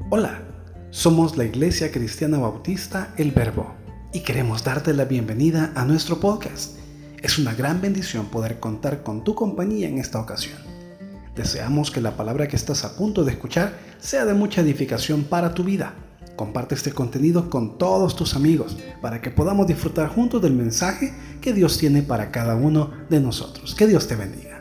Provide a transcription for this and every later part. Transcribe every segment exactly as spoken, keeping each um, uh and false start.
Hola, somos la Iglesia Cristiana Bautista El Verbo y queremos darte la bienvenida a nuestro podcast. Es una gran bendición poder contar con tu compañía en esta ocasión. Deseamos que la palabra que estás a punto de escuchar sea de mucha edificación para tu vida. Comparte este contenido con todos tus amigos para que podamos disfrutar juntos del mensaje que Dios tiene para cada uno de nosotros. Que Dios te bendiga.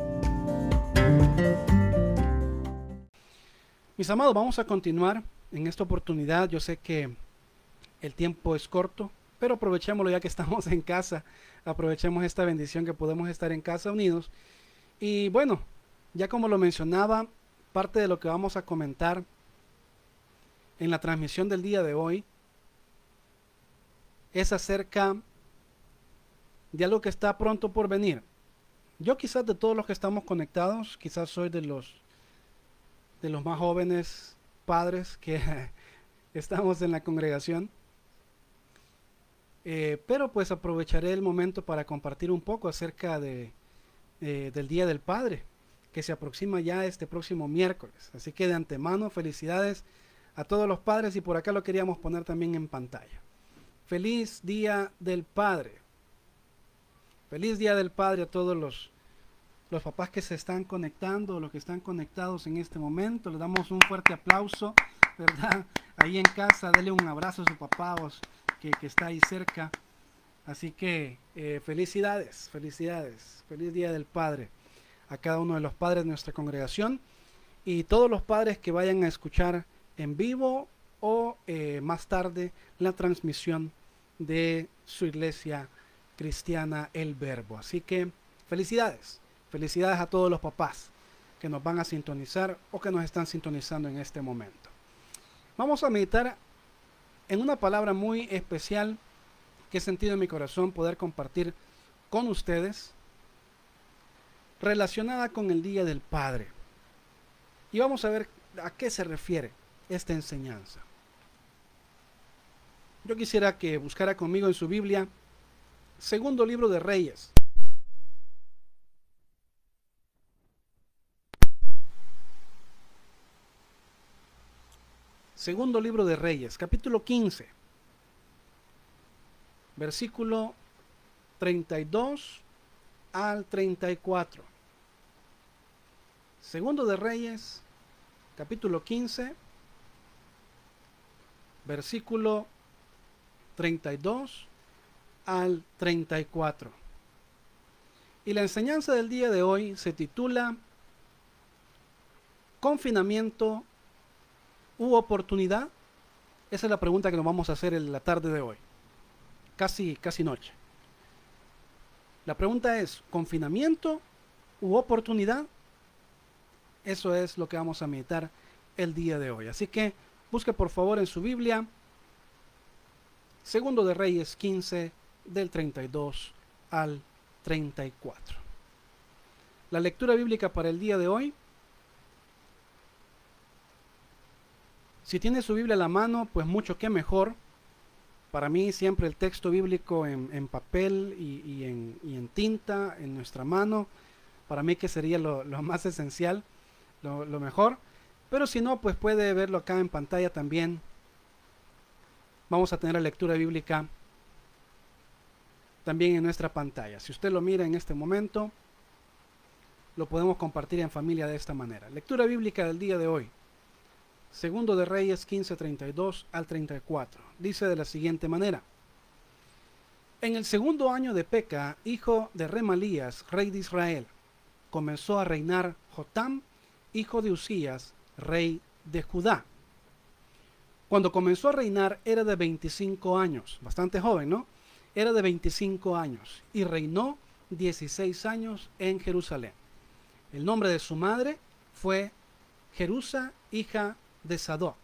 Mis amados, vamos a continuar en esta oportunidad. Yo sé que el tiempo es corto, pero aprovechémoslo ya que estamos en casa. Aprovechemos esta bendición que podemos estar en casa unidos. Y bueno, ya como lo mencionaba, parte de lo que vamos a comentar en la transmisión del día de hoy es acerca de algo que está pronto por venir. Yo quizás de todos los que estamos conectados, quizás soy de los de los más jóvenes padres que estamos en la congregación, eh, pero pues aprovecharé el momento para compartir un poco acerca de, eh, del Día del Padre, que se aproxima ya este próximo miércoles. Así que de antemano, felicidades a todos los padres, y por acá lo queríamos poner también en pantalla. Feliz Día del Padre. Feliz Día del Padre a todos los los papás que se están conectando, los que están conectados en este momento. Les damos un fuerte aplauso, ¿verdad? Ahí en casa, denle un abrazo a su papá que, que está ahí cerca. Así que eh, felicidades, felicidades, feliz Día del Padre a cada uno de los padres de nuestra congregación y todos los padres que vayan a escuchar en vivo o eh, más tarde la transmisión de su iglesia cristiana El Verbo. Así que felicidades. Felicidades a todos los papás que nos van a sintonizar o que nos están sintonizando en este momento. Vamos a meditar en una palabra muy especial que he sentido en mi corazón poder compartir con ustedes, relacionada con el Día del Padre. Y vamos a ver a qué se refiere esta enseñanza. Yo quisiera que buscara conmigo en su Biblia, segundo libro de Reyes. Segundo libro de Reyes, capítulo quince, versículo treinta y dos al treinta y cuatro. Segundo de Reyes, capítulo quince, versículo treinta y dos al treinta y cuatro. Y la enseñanza del día de hoy se titula Confinamiento ¿u oportunidad? Esa es la pregunta que nos vamos a hacer en la tarde de hoy, casi, casi noche. La pregunta es, ¿confinamiento u oportunidad? Eso es lo que vamos a meditar el día de hoy. Así que busque por favor en su Biblia, Segundo de Reyes quince, del treinta y dos al treinta y cuatro. La lectura bíblica para el día de hoy. Si tiene su Biblia a la mano, pues mucho que mejor. Para mí siempre el texto bíblico en, en papel y, y, en, y en tinta en nuestra mano, para mí que sería lo, lo más esencial, lo, lo mejor. Pero si no, pues puede verlo acá en pantalla también. Vamos a tener la lectura bíblica también en nuestra pantalla. Si usted lo mira en este momento, lo podemos compartir en familia de esta manera. Lectura bíblica del día de hoy. Segundo de Reyes quince, treinta y dos al treinta y cuatro. Dice de la siguiente manera. En el segundo año de Peca, hijo de Remalías, rey de Israel, comenzó a reinar Jotam, hijo de Usías, rey de Judá. Cuando comenzó a reinar era de veinticinco años, bastante joven, ¿no? Era de veinticinco años y reinó dieciséis años en Jerusalén. El nombre de su madre fue Jerusa, hija de Sadoc.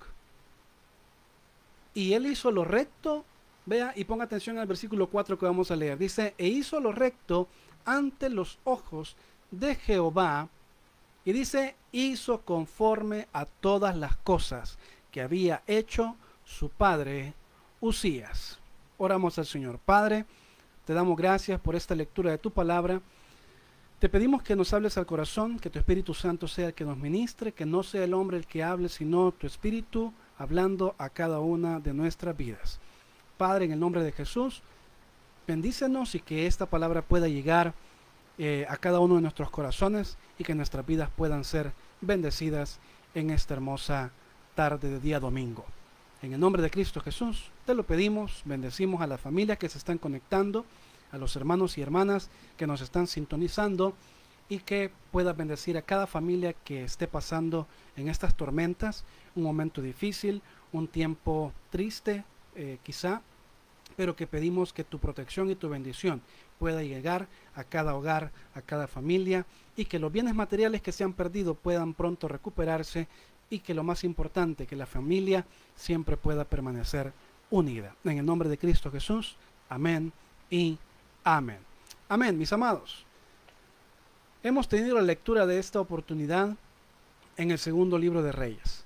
Y él hizo lo recto, vea y ponga atención al versículo cuatro que vamos a leer. Dice, e hizo lo recto ante los ojos de Jehová, y dice, hizo conforme a todas las cosas que había hecho su padre Usías. Oramos al Señor. Padre, te damos gracias por esta lectura de tu palabra. Te pedimos que nos hables al corazón, que tu Espíritu Santo sea el que nos ministre, que no sea el hombre el que hable, sino tu Espíritu hablando a cada una de nuestras vidas. Padre, en el nombre de Jesús, bendícenos y que esta palabra pueda llegar eh, a cada uno de nuestros corazones y que nuestras vidas puedan ser bendecidas en esta hermosa tarde de día domingo. En el nombre de Cristo Jesús te lo pedimos, bendecimos a las familias que se están conectando, a los hermanos y hermanas que nos están sintonizando, y que puedas bendecir a cada familia que esté pasando en estas tormentas, un momento difícil, un tiempo triste eh, quizá, pero que pedimos que tu protección y tu bendición pueda llegar a cada hogar, a cada familia, y que los bienes materiales que se han perdido puedan pronto recuperarse, y que lo más importante, que la familia siempre pueda permanecer unida. En el nombre de Cristo Jesús, amén y amén. Amén, mis amados. Hemos tenido la lectura de esta oportunidad en el segundo libro de Reyes.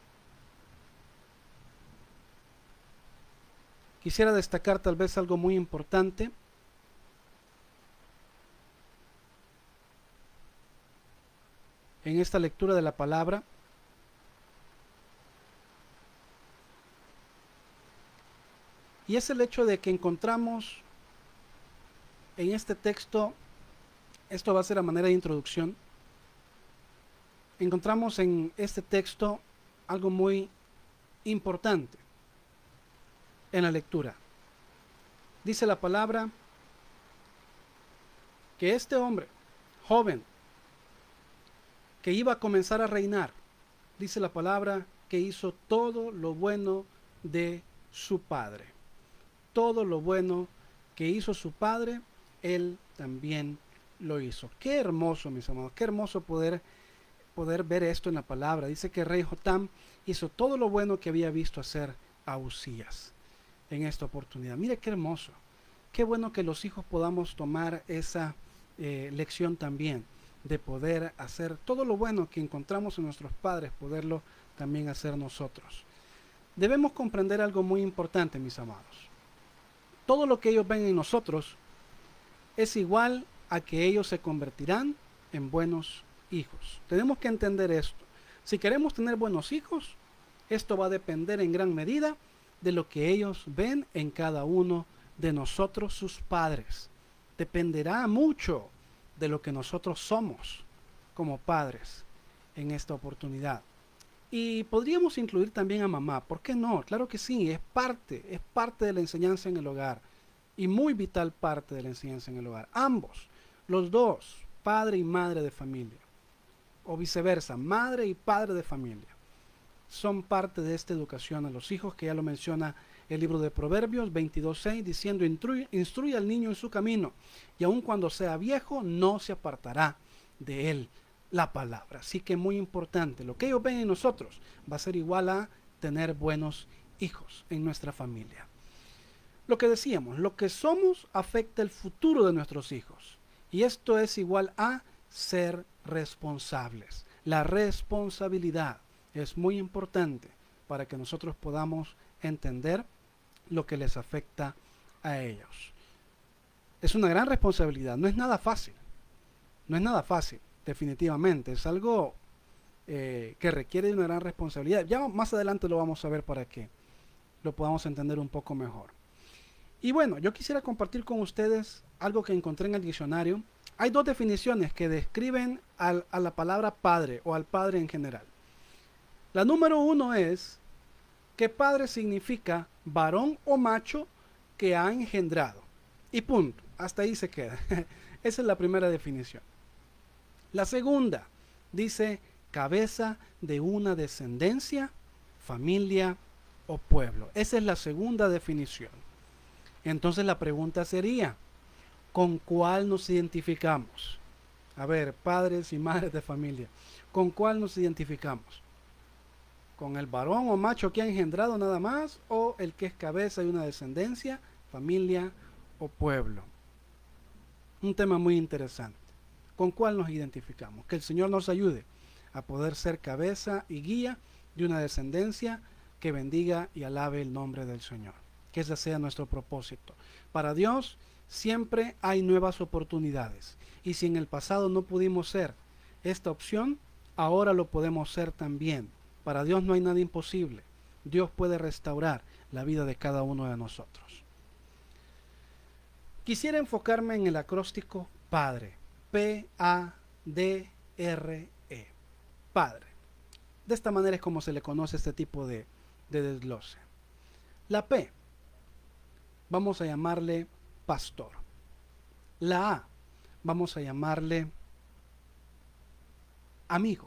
Quisiera destacar tal vez algo muy importante. En esta lectura de la palabra, y es el hecho de que encontramos en este texto, esto va a ser a manera de introducción, encontramos en este texto algo muy importante en la lectura. Dice la palabra que este hombre joven que iba a comenzar a reinar, dice la palabra que hizo todo lo bueno de su padre. Todo lo bueno que hizo su padre, él también lo hizo. Qué hermoso, mis amados, qué hermoso poder, poder ver esto en la palabra. Dice que el rey Jotam hizo todo lo bueno que había visto hacer a Uzías en esta oportunidad. Mire qué hermoso, qué bueno que los hijos podamos tomar esa eh, lección también, de poder hacer todo lo bueno que encontramos en nuestros padres, poderlo también hacer nosotros. Debemos comprender algo muy importante, mis amados. Todo lo que ellos ven en nosotros es igual a que ellos se convertirán en buenos hijos. Tenemos que entender esto. Si queremos tener buenos hijos, esto va a depender en gran medida de lo que ellos ven en cada uno de nosotros, sus padres. Dependerá mucho de lo que nosotros somos como padres en esta oportunidad. Y podríamos incluir también a mamá, ¿por qué no? Claro que sí, es parte, es parte de la enseñanza en el hogar, y muy vital parte de la enseñanza en el hogar. Ambos, los dos, padre y madre de familia, o viceversa, madre y padre de familia, son parte de esta educación a los hijos, que ya lo menciona el libro de Proverbios veintidós seis, diciendo: instruye, instruye al niño en su camino, y aun cuando sea viejo, no se apartará de él la palabra. Así que muy importante, lo que ellos ven en nosotros va a ser igual a tener buenos hijos en nuestra familia. Lo que decíamos, lo que somos afecta el futuro de nuestros hijos, y esto es igual a ser responsables. La responsabilidad es muy importante para que nosotros podamos entender lo que les afecta a ellos. Es una gran responsabilidad, no es nada fácil, no es nada fácil. Definitivamente, es algo eh, que requiere de una gran responsabilidad. Ya más adelante lo vamos a ver para que lo podamos entender un poco mejor. Y bueno, yo quisiera compartir con ustedes algo que encontré en el diccionario. Hay dos definiciones que describen al, a la palabra padre o al padre en general. La número uno es que padre significa varón o macho que ha engendrado. Y punto, hasta ahí se queda. Esa es la primera definición. La segunda dice cabeza de una descendencia, familia o pueblo. Esa es la segunda definición. Entonces la pregunta sería, ¿con cuál nos identificamos? A ver, padres y madres de familia, ¿con cuál nos identificamos? ¿Con el varón o macho que ha engendrado nada más, o el que es cabeza de una descendencia, familia o pueblo? Un tema muy interesante. ¿Con cuál nos identificamos? Que el Señor nos ayude a poder ser cabeza y guía de una descendencia que bendiga y alabe el nombre del Señor. Que ese sea nuestro propósito. Para Dios siempre hay nuevas oportunidades. Y si en el pasado no pudimos ser esta opción, ahora lo podemos ser también. Para Dios no hay nada imposible. Dios puede restaurar la vida de cada uno de nosotros. Quisiera enfocarme en el acróstico Padre, P A D R E, Padre. De esta manera es como se le conoce este tipo de, de desglose. La P, vamos a llamarle pastor. La A, vamos a llamarle amigo.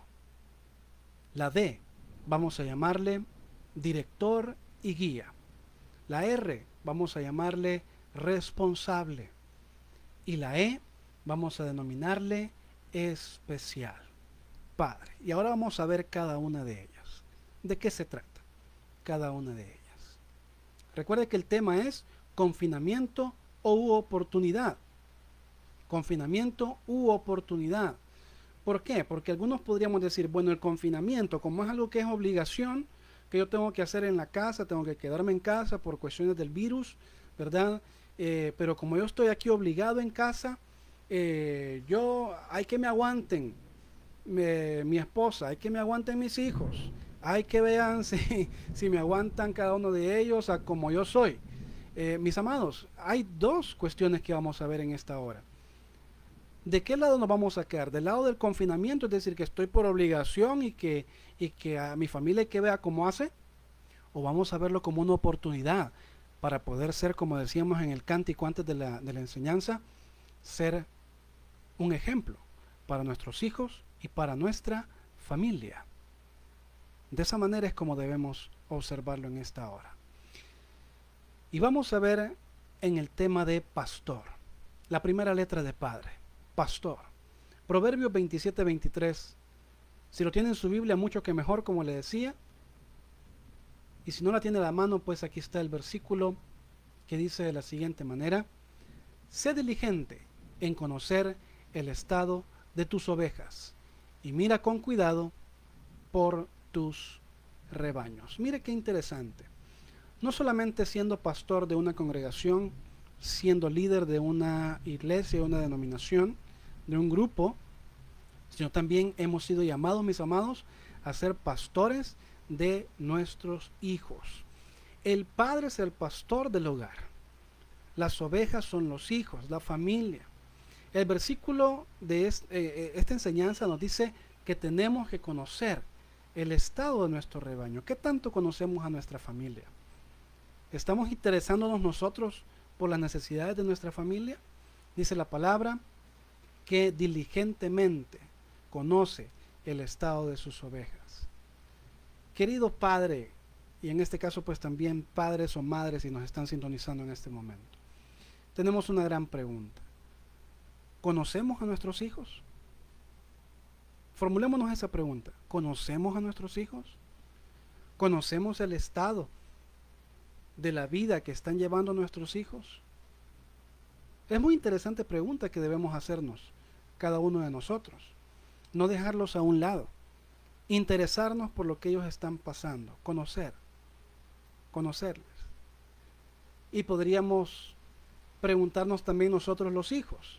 La D, vamos a llamarle director y guía. La R, vamos a llamarle responsable. Y la E, vamos a denominarle especial. Padre. Y ahora vamos a ver cada una de ellas. ¿De qué se trata? Cada una de ellas. Recuerde que el tema es confinamiento u oportunidad. Confinamiento u oportunidad. ¿Por qué? Porque algunos podríamos decir, bueno, el confinamiento, como es algo que es obligación, que yo tengo que hacer en la casa, tengo que quedarme en casa por cuestiones del virus, ¿verdad? Eh, pero como yo estoy aquí obligado en casa, eh, yo, hay que me aguanten me, mi esposa, hay que me aguanten mis hijos, hay que vean si, si me aguantan cada uno de ellos a como yo soy. Eh, mis amados, hay dos cuestiones que vamos a ver en esta hora. ¿De qué lado nos vamos a quedar? ¿Del lado del confinamiento, es decir, que estoy por obligación y que, y que a mi familia hay que vea cómo hace? ¿O vamos a verlo como una oportunidad para poder ser, como decíamos en el cántico antes de la, de la enseñanza, ser un ejemplo para nuestros hijos y para nuestra familia? De esa manera es como debemos observarlo en esta hora. Y vamos a ver en el tema de pastor, la primera letra de padre. Pastor. Proverbios veintisiete veintitrés. Si lo tiene en su Biblia, mucho que mejor, como le decía. Y si no la tiene a la mano, pues aquí está el versículo que dice de la siguiente manera: sé diligente en conocer el estado de tus ovejas y mira con cuidado por tus rebaños. Mire qué interesante. No solamente siendo pastor de una congregación, siendo líder de una iglesia, de una denominación, de un grupo, sino también hemos sido llamados, mis amados, a ser pastores de nuestros hijos. El padre es el pastor del hogar. Las ovejas son los hijos, la familia. El versículo de este, eh, esta enseñanza nos dice que tenemos que conocer el estado de nuestro rebaño. ¿Qué tanto conocemos a nuestra familia? ¿Estamos interesándonos nosotros por las necesidades de nuestra familia? Dice la palabra que diligentemente conoce el estado de sus ovejas. Querido padre, y en este caso pues también padres o madres si nos están sintonizando en este momento, tenemos una gran pregunta. ¿Conocemos a nuestros hijos? Formulémonos esa pregunta. ¿Conocemos a nuestros hijos? ¿Conocemos el estado de la vida que están llevando nuestros hijos? Es muy interesante pregunta que debemos hacernos cada uno de nosotros. No dejarlos a un lado. Interesarnos por lo que ellos están pasando. Conocer. Conocerles. Y podríamos preguntarnos también nosotros los hijos.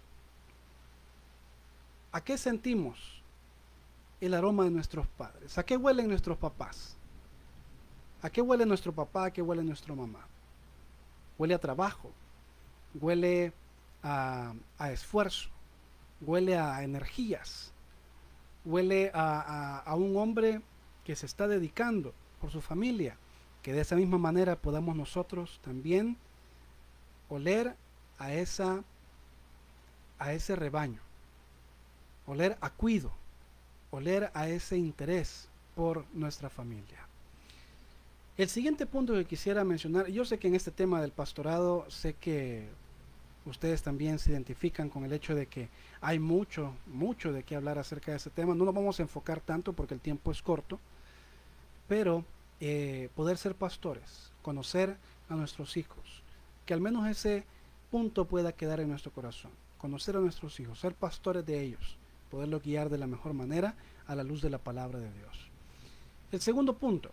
¿A qué sentimos el aroma de nuestros padres? ¿A qué huelen nuestros papás? ¿A qué huele nuestro papá? ¿A qué huele nuestra mamá? Huele a trabajo. Huele a, a esfuerzo. Huele a energías. Huele a, a, a un hombre que se está dedicando por su familia. Que de esa misma manera podamos nosotros también oler a, esa, a ese rebaño. Oler a cuido. Oler a ese interés por nuestra familia. El siguiente punto que quisiera mencionar, yo sé que en este tema del pastorado, sé que ustedes también se identifican con el hecho de que hay mucho, mucho de qué hablar acerca de ese tema. No nos vamos a enfocar tanto porque el tiempo es corto, pero eh, poder ser pastores, conocer a nuestros hijos, que al menos ese punto pueda quedar en nuestro corazón. Conocer a nuestros hijos, ser pastores de ellos, poderlos guiar de la mejor manera a la luz de la palabra de Dios. El segundo punto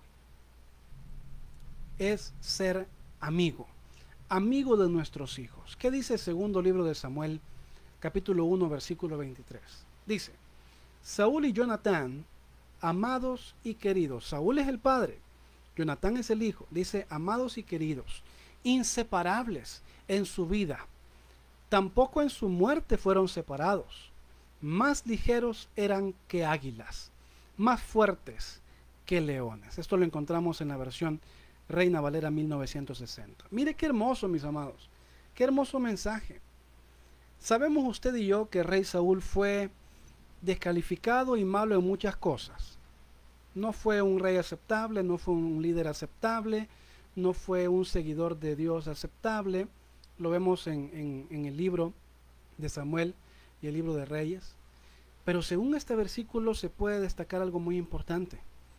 es ser amigo, amigo de nuestros hijos. ¿Qué dice el segundo libro de Samuel, capítulo uno, versículo veintitrés? Dice: Saúl y Jonatán, amados y queridos. Saúl es el padre, Jonatán es el hijo. Dice, amados y queridos, inseparables en su vida, tampoco en su muerte fueron separados. Más ligeros eran que águilas, más fuertes que leones. Esto lo encontramos en la versión Reina Valera mil novecientos sesenta. Mire qué hermoso, mis amados, qué hermoso mensaje. Sabemos usted y yo que el rey Saúl fue descalificado y malo en muchas cosas. No fue un rey aceptable, no fue un líder aceptable, no fue un seguidor de Dios aceptable. Lo vemos en, en, en el libro de Samuel y el libro de Reyes. Pero según este versículo se puede destacar algo muy importante.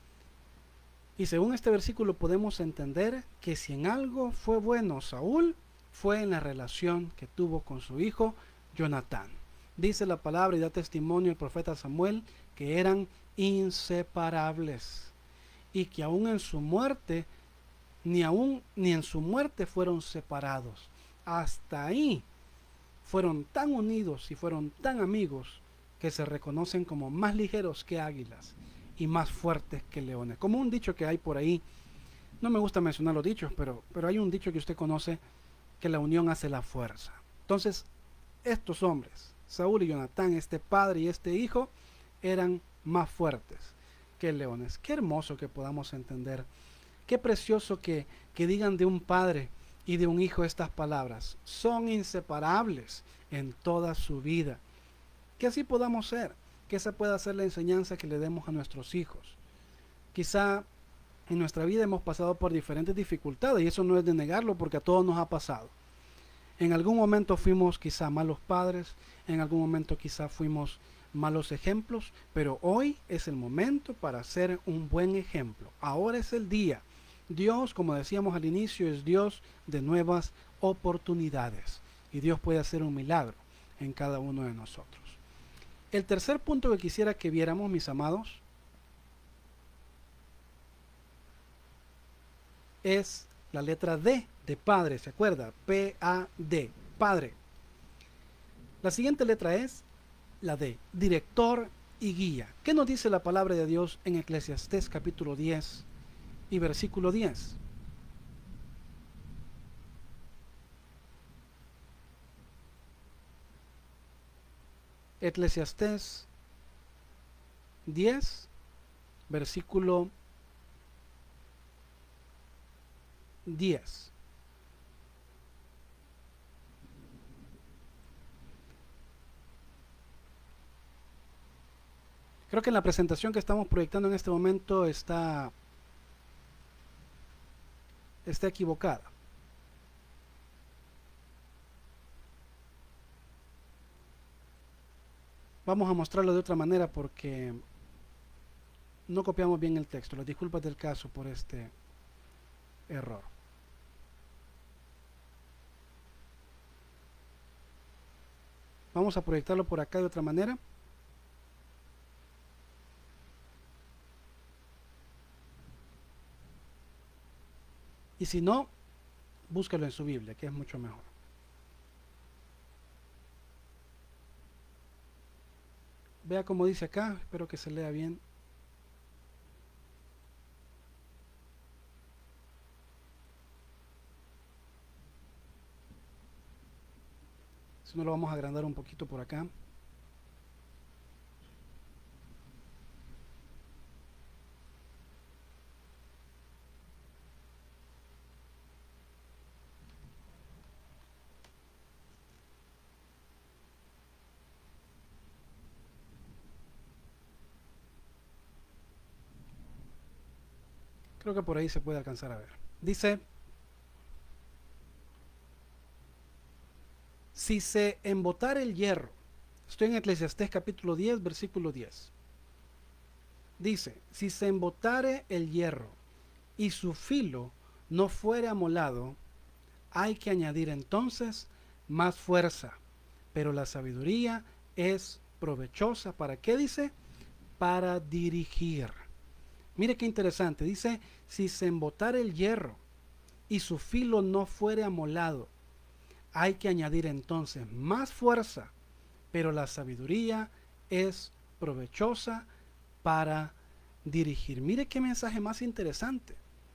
Y según este versículo podemos entender que si en algo fue bueno Saúl, fue en la relación que tuvo con su hijo Jonatán. Dice la palabra y da testimonio el profeta Samuel que eran inseparables y que aún en su muerte, ni aún ni en su muerte fueron separados. Hasta ahí fueron tan unidos y fueron tan amigos que se reconocen como más ligeros que águilas y más fuertes que leones. Como un dicho que hay por ahí, no me gusta mencionar los dichos, pero, pero hay un dicho que usted conoce, que la unión hace la fuerza. Entonces, estos hombres, Saúl y Jonatán, este padre y este hijo, eran más fuertes que leones. Qué hermoso que podamos entender, qué precioso que, que digan de un padre y de un hijo estas palabras. Son inseparables en toda su vida. Que así podamos ser, que esa pueda ser la enseñanza que le demos a nuestros hijos. Quizá en nuestra vida hemos pasado por diferentes dificultades y eso no es de negarlo porque a todos nos ha pasado. En algún momento fuimos quizá malos padres, en algún momento quizá fuimos malos ejemplos, pero hoy es el momento para ser un buen ejemplo. Ahora es el día. Dios, como decíamos al inicio, es Dios de nuevas oportunidades y Dios puede hacer un milagro en cada uno de nosotros. El tercer punto que quisiera que viéramos, mis amados, es la letra D de padre, ¿se acuerda? P A D, padre. La siguiente letra es la D, director y guía. ¿Qué nos dice la palabra de Dios en Eclesiastés capítulo diez y versículo diez? Eclesiastés diez, versículo diez. Creo que en la presentación que estamos proyectando en este momento está, está equivocada. Vamos a mostrarlo de otra manera porque no copiamos bien el texto. Las disculpas del caso por este error. Vamos a proyectarlo por acá de otra manera. Y si no, búscalo en su Biblia, que es mucho mejor. Vea como dice acá, espero que se lea bien. Si no, lo vamos a agrandar un poquito por acá. Creo que por ahí se puede alcanzar a ver. Dice, si se embotara el hierro, estoy en Eclesiastés capítulo diez, versículo diez. Dice, si se embotare el hierro y su filo no fuere amolado, hay que añadir entonces más fuerza, pero la sabiduría es provechosa. ¿Para qué dice? Para dirigir. Mire qué interesante, dice, si se embotara el hierro y su filo no fuere amolado, hay que añadir entonces más fuerza, pero la sabiduría es provechosa para dirigir. Mire qué mensaje más interesante.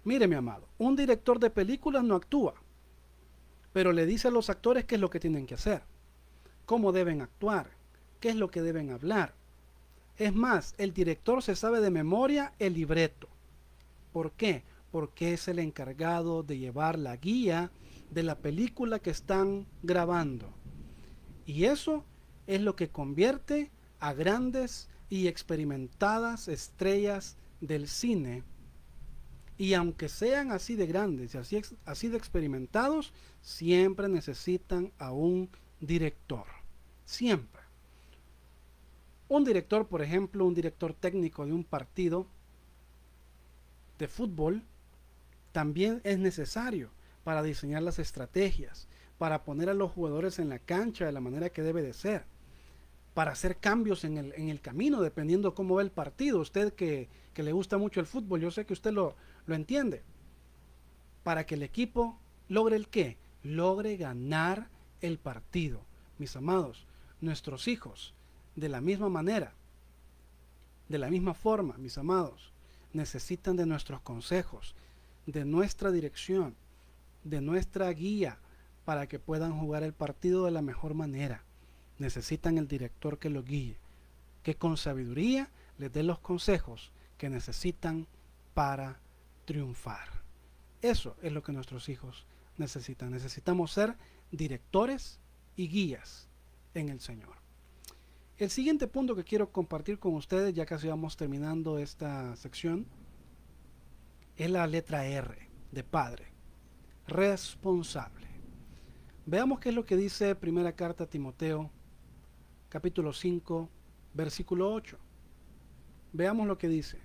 Mire, mi amado, un director de películas no actúa, pero le dice a los actores qué es lo que tienen que hacer, cómo deben actuar, qué es lo que deben hablar. Es más, el director se sabe de memoria el libreto. ¿Por qué? Porque es el encargado de llevar la guía de la película que están grabando. Y eso es lo que convierte a grandes y experimentadas estrellas del cine. Y aunque sean así de grandes y así, así de experimentados, siempre necesitan a un director. Siempre. Un director, por ejemplo, un director técnico de un partido de fútbol, también es necesario para diseñar las estrategias, para poner a los jugadores en la cancha de la manera que debe de ser, para hacer cambios en el, en el camino, dependiendo cómo va el partido. Usted que, que le gusta mucho el fútbol, yo sé que usted lo, lo entiende. Para que el equipo logre el qué, logre ganar el partido. Mis amados, nuestros hijos, de la misma manera, de la misma forma, mis amados, necesitan de nuestros consejos, de nuestra dirección, de nuestra guía, para que puedan jugar el partido de la mejor manera. Necesitan el director que los guíe, que con sabiduría les dé los consejos que necesitan para triunfar. Eso es lo que nuestros hijos necesitan. Necesitamos ser directores y guías en el Señor. El siguiente punto que quiero compartir con ustedes, ya casi vamos terminando esta sección, es la letra R de padre, responsable. Veamos qué es lo que dice primera carta a Timoteo, capítulo cinco, versículo ocho. Veamos lo que dice.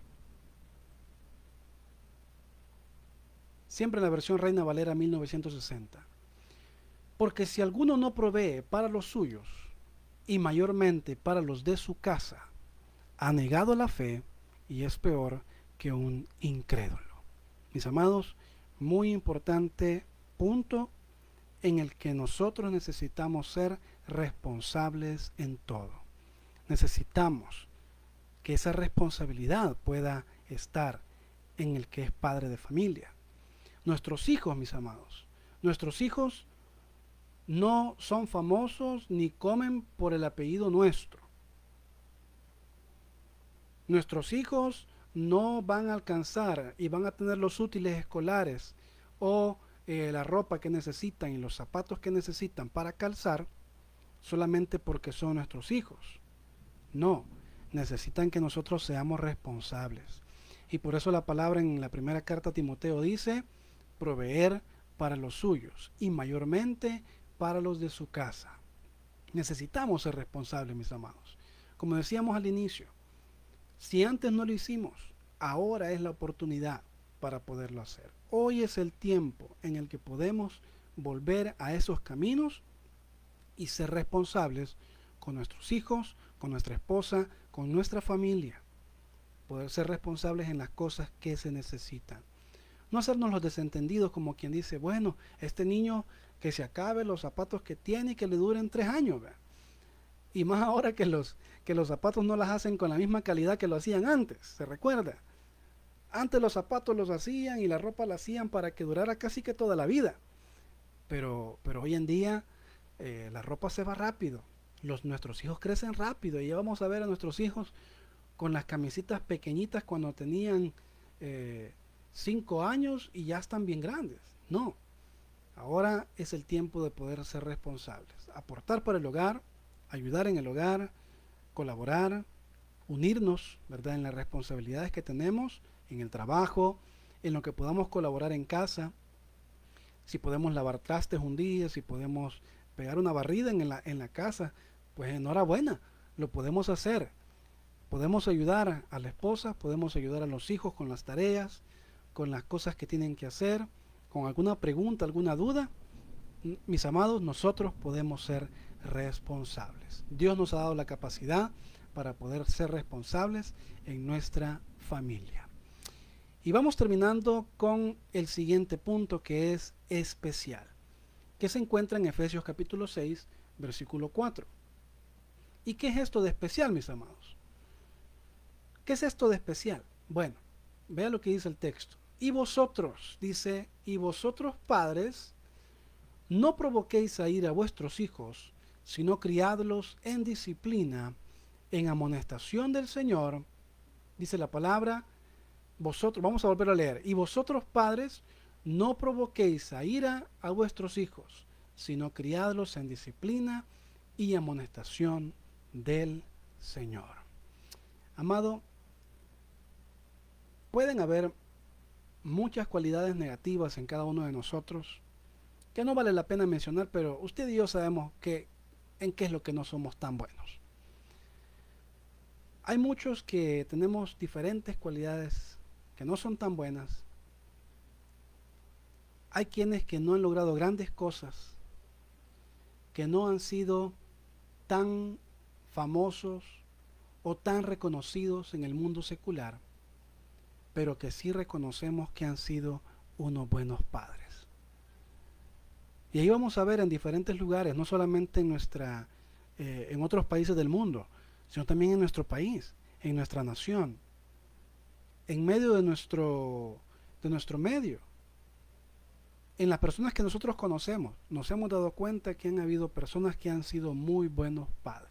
Siempre en la versión Reina Valera mil novecientos sesenta. Porque si alguno no provee para los suyos, y mayormente para los de su casa, ha negado la fe y es peor que un incrédulo. Mis amados, muy importante punto en el que nosotros necesitamos ser responsables en todo. Necesitamos que esa responsabilidad pueda estar en el que es padre de familia. Nuestros hijos, mis amados, nuestros hijos no son famosos ni comen por el apellido nuestro. Nuestros hijos no van a alcanzar y van a tener los útiles escolares o eh, la ropa que necesitan y los zapatos que necesitan para calzar solamente porque son nuestros hijos. No, necesitan que nosotros seamos responsables. Y por eso la palabra en la primera carta a Timoteo dice, proveer para los suyos y mayormente para los de su casa. Necesitamos ser responsables, mis amados. Como decíamos al inicio, si antes no lo hicimos, ahora es la oportunidad para poderlo hacer. Hoy es el tiempo en el que podemos volver a esos caminos y ser responsables con nuestros hijos, con nuestra esposa, con nuestra familia. Poder ser responsables en las cosas que se necesitan. No hacernos los desentendidos como quien dice, bueno, este niño que se acabe los zapatos que tiene y que le duren tres años. ¿Ve? Y más ahora que los, que los zapatos no las hacen con la misma calidad que lo hacían antes, ¿se recuerda? Antes los zapatos los hacían y la ropa la hacían para que durara casi que toda la vida. Pero, pero hoy en día eh, la ropa se va rápido. Los, nuestros hijos crecen rápido y ya vamos a ver a nuestros hijos con las camisitas pequeñitas cuando tenían eh, cinco años y ya están bien grandes. No. Ahora es el tiempo de poder ser responsables, aportar para el hogar, ayudar en el hogar, colaborar, unirnos, ¿verdad?, en las responsabilidades que tenemos, en el trabajo, en lo que podamos colaborar en casa, si podemos lavar trastes un día, si podemos pegar una barrida en la, en la casa, pues enhorabuena, lo podemos hacer. Podemos ayudar a la esposa, podemos ayudar a los hijos con las tareas, con las cosas que tienen que hacer, con alguna pregunta, alguna duda. Mis amados, nosotros podemos ser responsables. Dios nos ha dado la capacidad para poder ser responsables en nuestra familia. Y vamos terminando con el siguiente punto, que es especial, que se encuentra en Efesios capítulo seis, versículo cuatro. ¿Y qué es esto de especial, mis amados? ¿Qué es esto de especial? Bueno, vea lo que dice el texto. Y vosotros, dice, y vosotros padres, no provoquéis a ir a vuestros hijos, sino criadlos en disciplina, en amonestación del Señor. Dice la palabra, vosotros, vamos a volver a leer, y vosotros padres, no provoquéis a ira a vuestros hijos, sino criadlos en disciplina y amonestación del Señor. Amado, pueden haber muchas cualidades negativas en cada uno de nosotros que no vale la pena mencionar, pero usted y yo sabemos que en qué es lo que no somos tan buenos. Hay muchos que tenemos diferentes cualidades que no son tan buenas. Hay quienes que no han logrado grandes cosas, que no han sido tan famosos o tan reconocidos en el mundo secular, pero que sí reconocemos que han sido unos buenos padres. Y ahí vamos a ver en diferentes lugares, no solamente en nuestra, eh, en otros países del mundo, sino también en nuestro país, en nuestra nación, en medio de nuestro, de nuestro medio, en las personas que nosotros conocemos. Nos hemos dado cuenta que han habido personas que han sido muy buenos padres.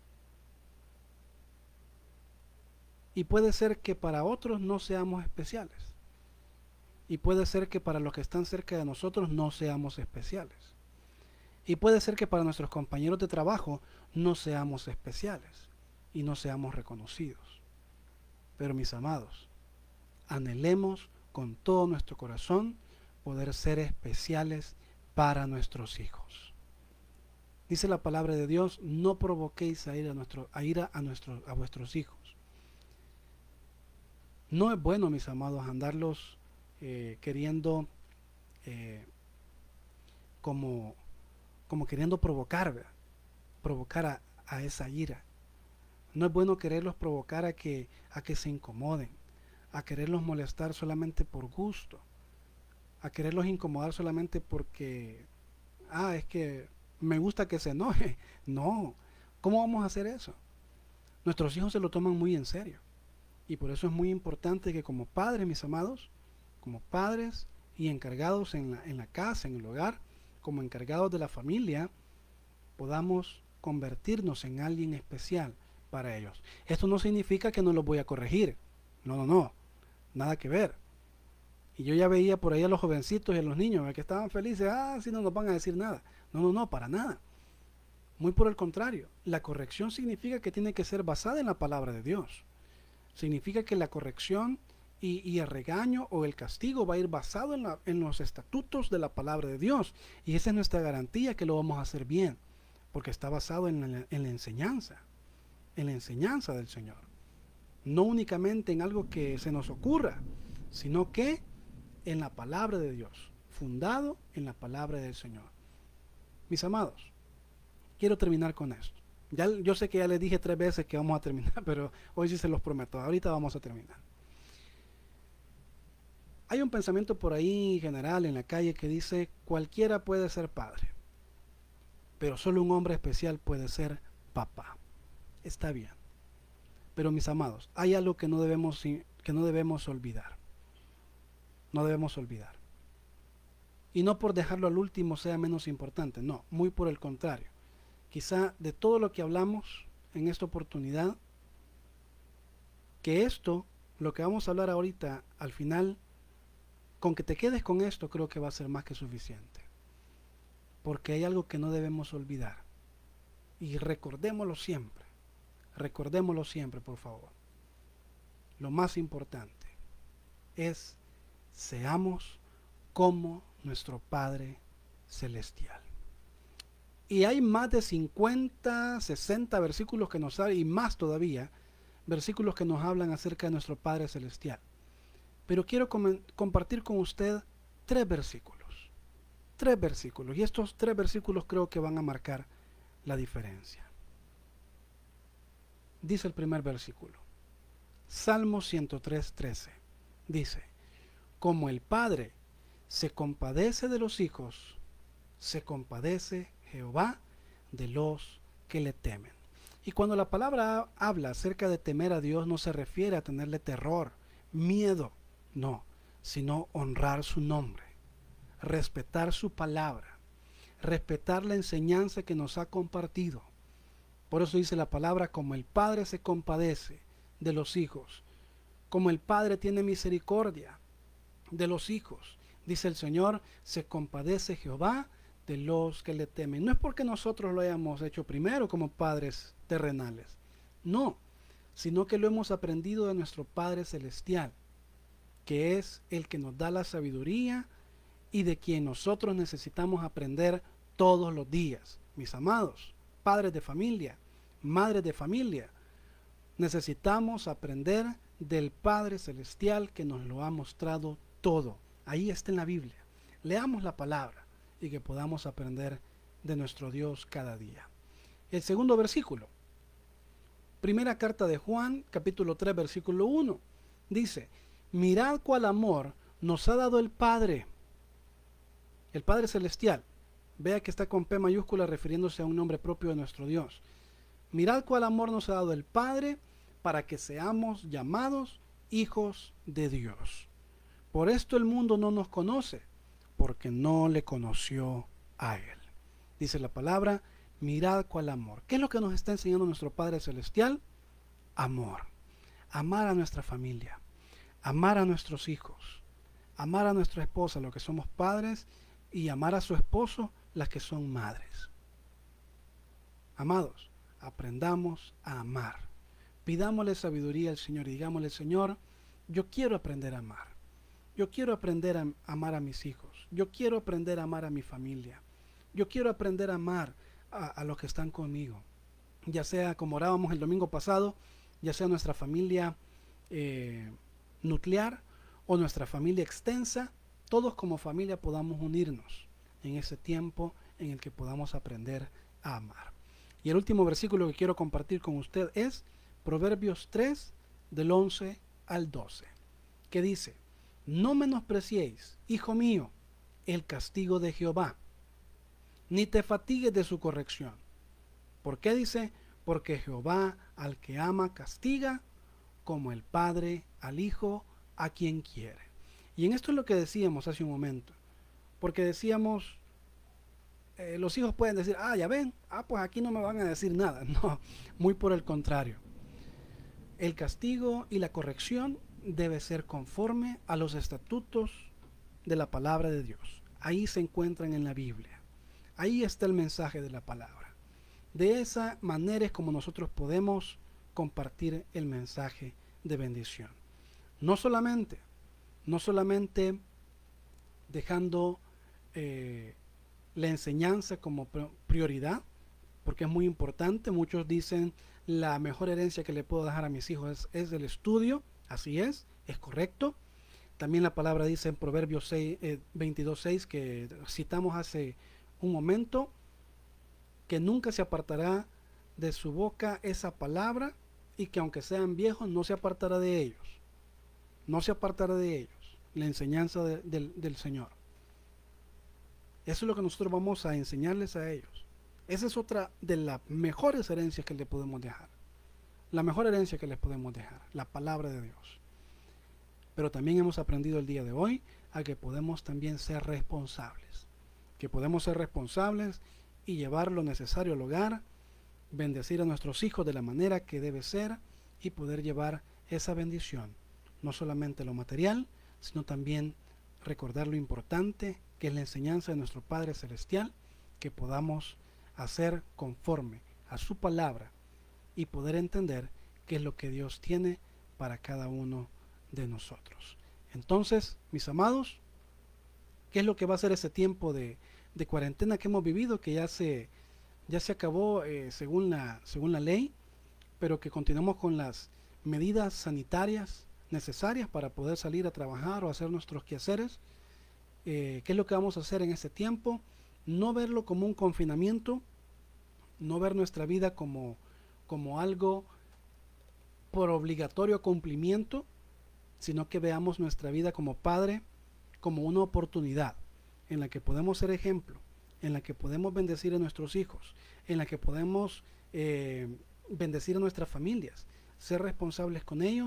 Y puede ser que para otros no seamos especiales. Y puede ser que para los que están cerca de nosotros no seamos especiales. Y puede ser que para nuestros compañeros de trabajo no seamos especiales y no seamos reconocidos. Pero mis amados, anhelemos con todo nuestro corazón poder ser especiales para nuestros hijos. Dice la palabra de Dios, no provoquéis a ira a, nuestro, a, ira a, nuestro, a vuestros hijos. No es bueno, mis amados, andarlos eh, queriendo eh, como, como queriendo provocar, ¿verdad? provocar a, a esa ira. No es bueno quererlos provocar a que, a que se incomoden, a quererlos molestar solamente por gusto, a quererlos incomodar solamente porque, ah, es que me gusta que se enoje. No, ¿cómo vamos a hacer eso? Nuestros hijos se lo toman muy en serio. Y por eso es muy importante que como padres, mis amados, como padres y encargados en la, en la casa, en el hogar, como encargados de la familia, podamos convertirnos en alguien especial para ellos. Esto no significa que no los voy a corregir. No, no, no. Nada que ver. Y yo ya veía por ahí a los jovencitos y a los niños que estaban felices. Ah, sí, no nos van a decir nada. No, no, no, para nada. Muy por el contrario. La corrección significa que tiene que ser basada en la palabra de Dios. Significa que la corrección y, y el regaño o el castigo va a ir basado en, la, en los estatutos de la palabra de Dios. Y esa es nuestra garantía que lo vamos a hacer bien. Porque está basado en la, en la enseñanza. En la enseñanza del Señor. No únicamente en algo que se nos ocurra, sino que en la palabra de Dios, fundado en la palabra del Señor. Mis amados, quiero terminar con esto. Ya, yo sé que ya les dije tres veces que vamos a terminar, pero hoy sí se los prometo, ahorita vamos a terminar. Hay un pensamiento por ahí general en la calle que dice, cualquiera puede ser padre, pero solo un hombre especial puede ser papá. Está bien. Pero mis amados, hay algo que no debemos, que no debemos olvidar. No debemos olvidar. Y no por dejarlo al último sea menos importante, no, muy por el contrario. Quizá de todo lo que hablamos en esta oportunidad, que esto, lo que vamos a hablar ahorita, al final, con que te quedes con esto, creo que va a ser más que suficiente. Porque hay algo que no debemos olvidar. Y recordémoslo siempre. Recordémoslo siempre, por favor. Lo más importante es seamos como nuestro Padre Celestial. Y hay más de cincuenta, sesenta versículos que nos hablan, y más todavía, versículos que nos hablan acerca de nuestro Padre Celestial. Pero quiero com- compartir con usted tres versículos. Tres versículos. Y estos tres versículos creo que van a marcar la diferencia. Dice el primer versículo. Salmo ciento tres, trece. Dice, como el Padre se compadece de los hijos, se compadece Jehová de los que le temen. Y cuando la palabra habla acerca de temer a Dios, no se refiere a tenerle terror, miedo, no, sino honrar su nombre, respetar su palabra, respetar la enseñanza que nos ha compartido. Por eso dice la palabra, como el Padre se compadece de los hijos, como el Padre tiene misericordia de los hijos, dice el Señor, se compadece Jehová de los que le temen. No es porque nosotros lo hayamos hecho primero como padres terrenales, no, sino que lo hemos aprendido de nuestro Padre Celestial, que es el que nos da la sabiduría y de quien nosotros necesitamos aprender todos los días. Mis amados, padres de familia, madres de familia, necesitamos aprender del Padre Celestial que nos lo ha mostrado todo. Ahí está en la Biblia. Leamos la palabra y que podamos aprender de nuestro Dios cada día. El segundo versículo, primera carta de Juan, capítulo tres, versículo uno, dice: mirad cuál amor nos ha dado el Padre, el Padre Celestial. Vea que está con P mayúscula refiriéndose a un nombre propio de nuestro Dios. Mirad cuál amor nos ha dado el Padre para que seamos llamados hijos de Dios. Por esto el mundo no nos conoce, porque no le conoció a Él. Dice la palabra, mirad cuál amor. ¿Qué es lo que nos está enseñando nuestro Padre Celestial? Amor. Amar a nuestra familia, amar a nuestros hijos, amar a nuestra esposa, los que somos padres, y amar a su esposo, las que son madres. Amados, aprendamos a amar. Pidámosle sabiduría al Señor y digámosle: Señor, yo quiero aprender a amar. Yo quiero aprender a amar a mis hijos. Yo quiero aprender a amar a mi familia. Yo quiero aprender a amar a, a los que están conmigo. Ya sea, como orábamos el domingo pasado, ya sea nuestra familia eh, nuclear o nuestra familia extensa, todos como familia podamos unirnos en ese tiempo en el que podamos aprender a amar. Y el último versículo que quiero compartir con usted es Proverbios tres, del once al doce, que dice: no menospreciéis, hijo mío, el castigo de Jehová, ni te fatigues de su corrección. ¿Por qué dice? Porque Jehová al que ama castiga, como el padre al hijo a quien quiere. Y en esto es lo que decíamos hace un momento, porque decíamos, eh, los hijos pueden decir: ah, ya ven, ah, pues aquí no me van a decir nada. No, muy por el contrario. El castigo y la corrección debe ser conforme a los estatutos de la palabra de Dios. Ahí se encuentran en la Biblia. Ahí está el mensaje de la palabra. De esa manera es como nosotros podemos compartir el mensaje de bendición. No solamente, no solamente dejando eh, la enseñanza como prioridad, porque es muy importante. Muchos dicen: la mejor herencia que le puedo dejar a mis hijos es, es el estudio. Así es, es correcto. También la palabra dice en Proverbios seis, eh, veintidós seis, que citamos hace un momento, que nunca se apartará de su boca esa palabra, y que aunque sean viejos no se apartará de ellos, no se apartará de ellos la enseñanza de, de, del Señor. Eso es lo que nosotros vamos a enseñarles a ellos. Esa es otra de las mejores herencias que le podemos dejar. La mejor herencia que les podemos dejar, la palabra de Dios. Pero también hemos aprendido el día de hoy a que podemos también ser responsables. Que podemos ser responsables y llevar lo necesario al hogar, bendecir a nuestros hijos de la manera que debe ser y poder llevar esa bendición. No solamente lo material, sino también recordar lo importante que es la enseñanza de nuestro Padre Celestial, que podamos hacer conforme a su palabra y poder entender qué es lo que Dios tiene para cada uno de nosotros. Entonces, mis amados, ¿qué es lo que va a ser ese tiempo de, de cuarentena que hemos vivido, que ya se, ya se acabó eh, según, la, según la ley, pero que continuamos con las medidas sanitarias necesarias para poder salir a trabajar o hacer nuestros quehaceres? Eh, ¿Qué es lo que vamos a hacer en ese tiempo? No verlo como un confinamiento, no ver nuestra vida como como algo por obligatorio cumplimiento, sino que veamos nuestra vida como padre, como una oportunidad en la que podemos ser ejemplo, en la que podemos bendecir a nuestros hijos, en la que podemos eh, bendecir a nuestras familias, ser responsables con ellos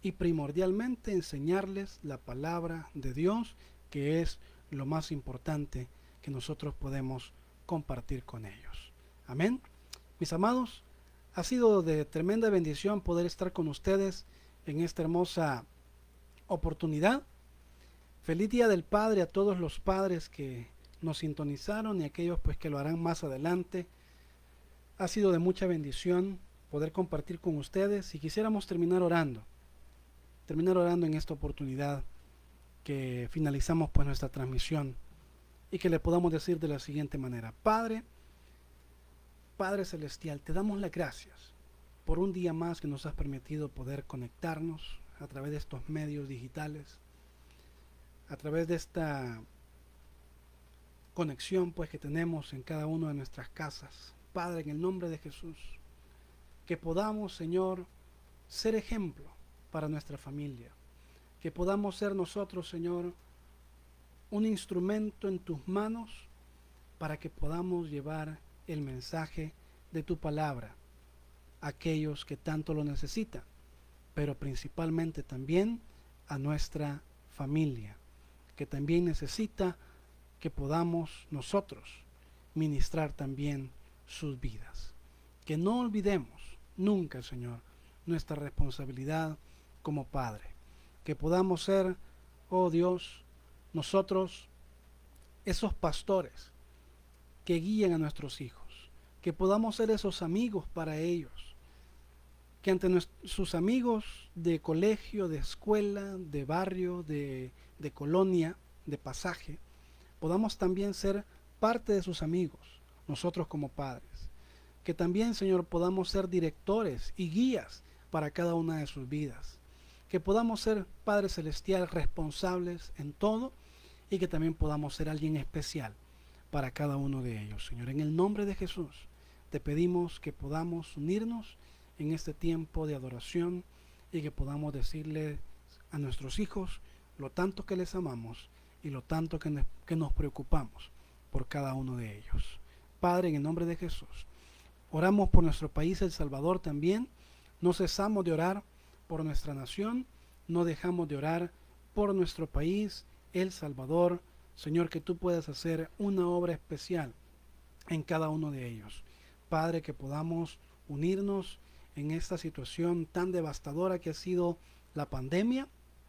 y primordialmente enseñarles la palabra de Dios, que es lo más importante que nosotros podemos compartir con ellos. Amén. Mis amados, ha sido de tremenda bendición poder estar con ustedes en esta hermosa oportunidad. Feliz Día del Padre a todos los padres que nos sintonizaron y aquellos pues que lo harán más adelante. Ha sido de mucha bendición poder compartir con ustedes y quisiéramos terminar orando. Terminar orando en esta oportunidad que finalizamos pues nuestra transmisión y que le podamos decir de la siguiente manera: Padre, Padre Celestial, te damos las gracias por un día más que nos has permitido poder conectarnos a través de estos medios digitales, a través de esta conexión pues que tenemos en cada una de nuestras casas. Padre, en el nombre de Jesús, que podamos, Señor, ser ejemplo para nuestra familia, que podamos ser nosotros, Señor, un instrumento en tus manos para que podamos llevar el mensaje de tu palabra a aquellos que tanto lo necesitan, pero principalmente también a nuestra familia, que también necesita que podamos nosotros ministrar también sus vidas. Que no olvidemos nunca, Señor, nuestra responsabilidad como Padre. Que podamos ser, oh Dios, nosotros esos pastores que guíen a nuestros hijos. Que podamos ser esos amigos para ellos. Que ante sus amigos de colegio, de escuela, de barrio, de, de colonia, de pasaje, podamos también ser parte de sus amigos, nosotros como padres. Que también, Señor, podamos ser directores y guías para cada una de sus vidas. Que podamos ser, Padre Celestial, responsables en todo y que también podamos ser alguien especial para cada uno de ellos. Señor, en el nombre de Jesús, te pedimos que podamos unirnos en este tiempo de adoración y que podamos decirle a nuestros hijos lo tanto que les amamos y lo tanto que, ne- que nos preocupamos por cada uno de ellos. Padre, en el nombre de Jesús, oramos por nuestro país, El Salvador también. No cesamos de orar por nuestra nación, no dejamos de orar por nuestro país, El Salvador. Señor, que tú puedas hacer una obra especial en cada uno de ellos. Padre, que podamos unirnos en esta situación tan devastadora que ha sido la pandemia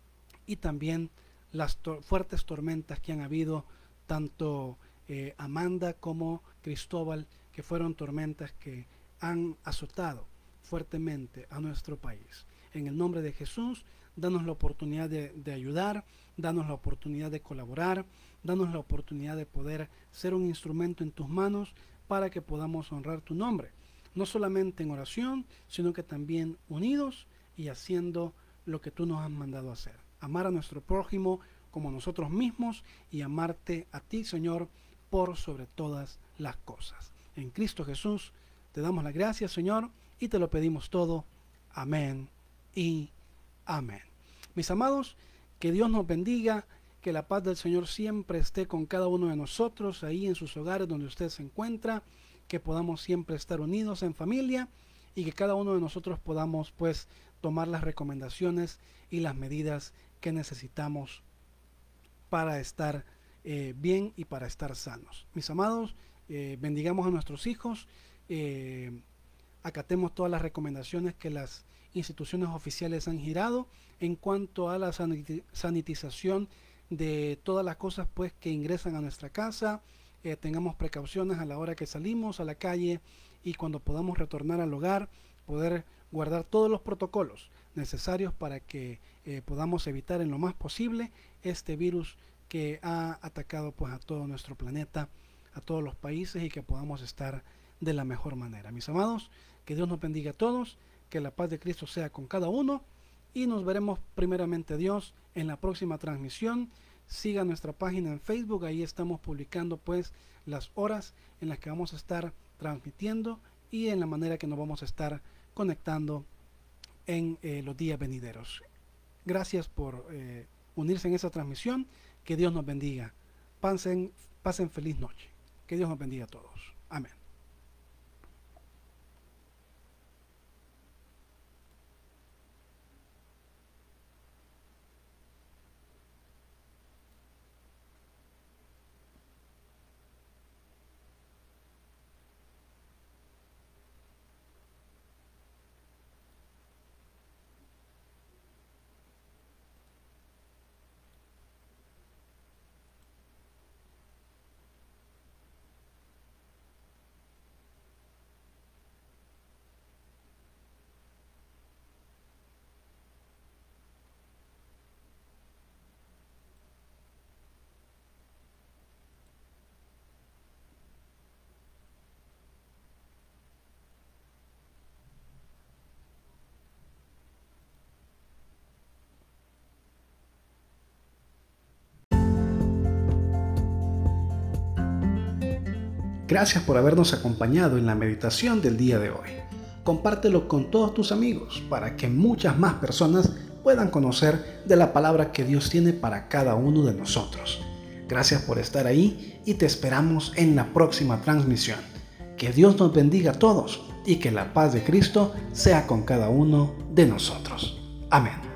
y también las to- fuertes tormentas que han habido, tanto eh, Amanda como Cristóbal, que fueron tormentas que han azotado fuertemente a nuestro país. En el nombre de Jesús, danos la oportunidad de, de ayudar, danos la oportunidad de colaborar, danos la oportunidad de poder ser un instrumento en tus manos para que podamos honrar tu nombre, no solamente en oración, sino que también unidos y haciendo lo que tú nos has mandado a hacer. Amar a nuestro prójimo como nosotros mismos y amarte a ti, Señor, por sobre todas las cosas. En Cristo Jesús te damos las gracias, Señor, y te lo pedimos todo. Amén y amén. Mis amados, que Dios nos bendiga, que la paz del Señor siempre esté con cada uno de nosotros, ahí en sus hogares donde usted se encuentra, que podamos siempre estar unidos en familia y que cada uno de nosotros podamos pues tomar las recomendaciones y las medidas que necesitamos para estar eh, bien y para estar sanos. Mis amados, eh, bendigamos a nuestros hijos, eh, acatemos todas las recomendaciones que las instituciones oficiales han girado en cuanto a la sanit- sanitización de todas las cosas pues que ingresan a nuestra casa. Eh, tengamos precauciones a la hora que salimos a la calle y cuando podamos retornar al hogar, poder guardar todos los protocolos necesarios para que eh, podamos evitar en lo más posible este virus que ha atacado pues a todo nuestro planeta, a todos los países, y que podamos estar de la mejor manera. Mis amados, que Dios nos bendiga a todos, que la paz de Cristo sea con cada uno y nos veremos primeramente Dios en la próxima transmisión. Siga nuestra página en Facebook, ahí estamos publicando pues las horas en las que vamos a estar transmitiendo y en la manera que nos vamos a estar conectando en eh, los días venideros. Gracias por eh, unirse en esta transmisión. Que Dios nos bendiga. Pasen, pasen feliz noche. Que Dios nos bendiga a todos. Amén. Gracias por habernos acompañado en la meditación del día de hoy. Compártelo con todos tus amigos para que muchas más personas puedan conocer de la palabra que Dios tiene para cada uno de nosotros. Gracias por estar ahí y te esperamos en la próxima transmisión. Que Dios nos bendiga a todos y que la paz de Cristo sea con cada uno de nosotros. Amén.